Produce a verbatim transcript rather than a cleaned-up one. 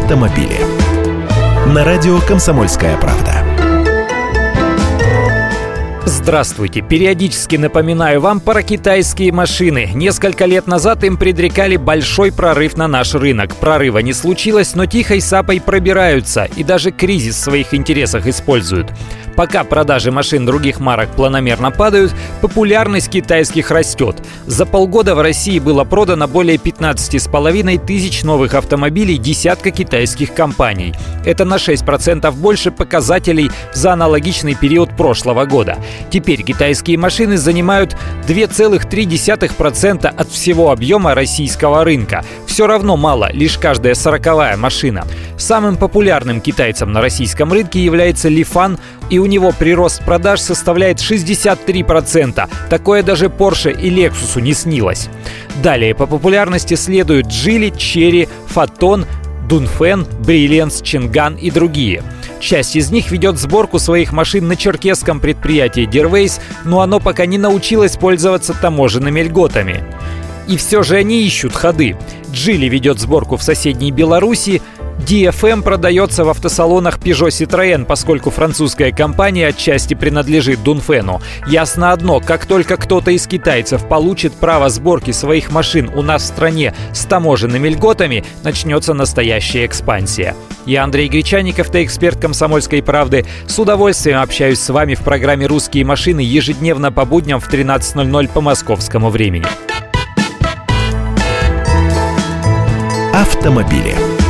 автомобили. На радио «Комсомольская правда». Здравствуйте! Периодически напоминаю вам про китайские машины. Несколько лет назад им предрекали большой прорыв на наш рынок. Прорыва не случилось, но тихой сапой пробираются и даже кризис в своих интересах используют. Пока продажи машин других марок планомерно падают, популярность китайских растет. За полгода в России было продано более пятнадцать с половиной тысяч новых автомобилей десятка китайских компаний. Это на шесть процентов больше показателей за аналогичный период прошлого года. Теперь китайские машины занимают два целых три десятых процента от всего объема российского рынка. Все равно мало, лишь каждая сороковая машина. Самым популярным китайцем на российском рынке является Лифан, и у него прирост продаж составляет шестьдесят три процента. Такое даже Porsche и Lexus не снилось. Далее по популярности следуют Geely, Chery, Foton, Dongfeng, Brilliance, Chang'an и другие. Часть из них ведет сборку своих машин на черкесском предприятии Дервейс, но оно пока не научилось пользоваться таможенными льготами. И все же они ищут ходы. Geely ведет сборку в соседней Беларуси, ди эф эм продается в автосалонах Peugeot Citroën, поскольку французская компания отчасти принадлежит Dongfeng'у. Ясно одно, как только кто-то из китайцев получит право сборки своих машин у нас в стране с таможенными льготами, начнется настоящая экспансия. Я Андрей Гречанников, эксперт «Комсомольской правды». С удовольствием общаюсь с вами в программе «Русские машины» ежедневно по будням в тринадцать ноль ноль по московскому времени. Автомобили.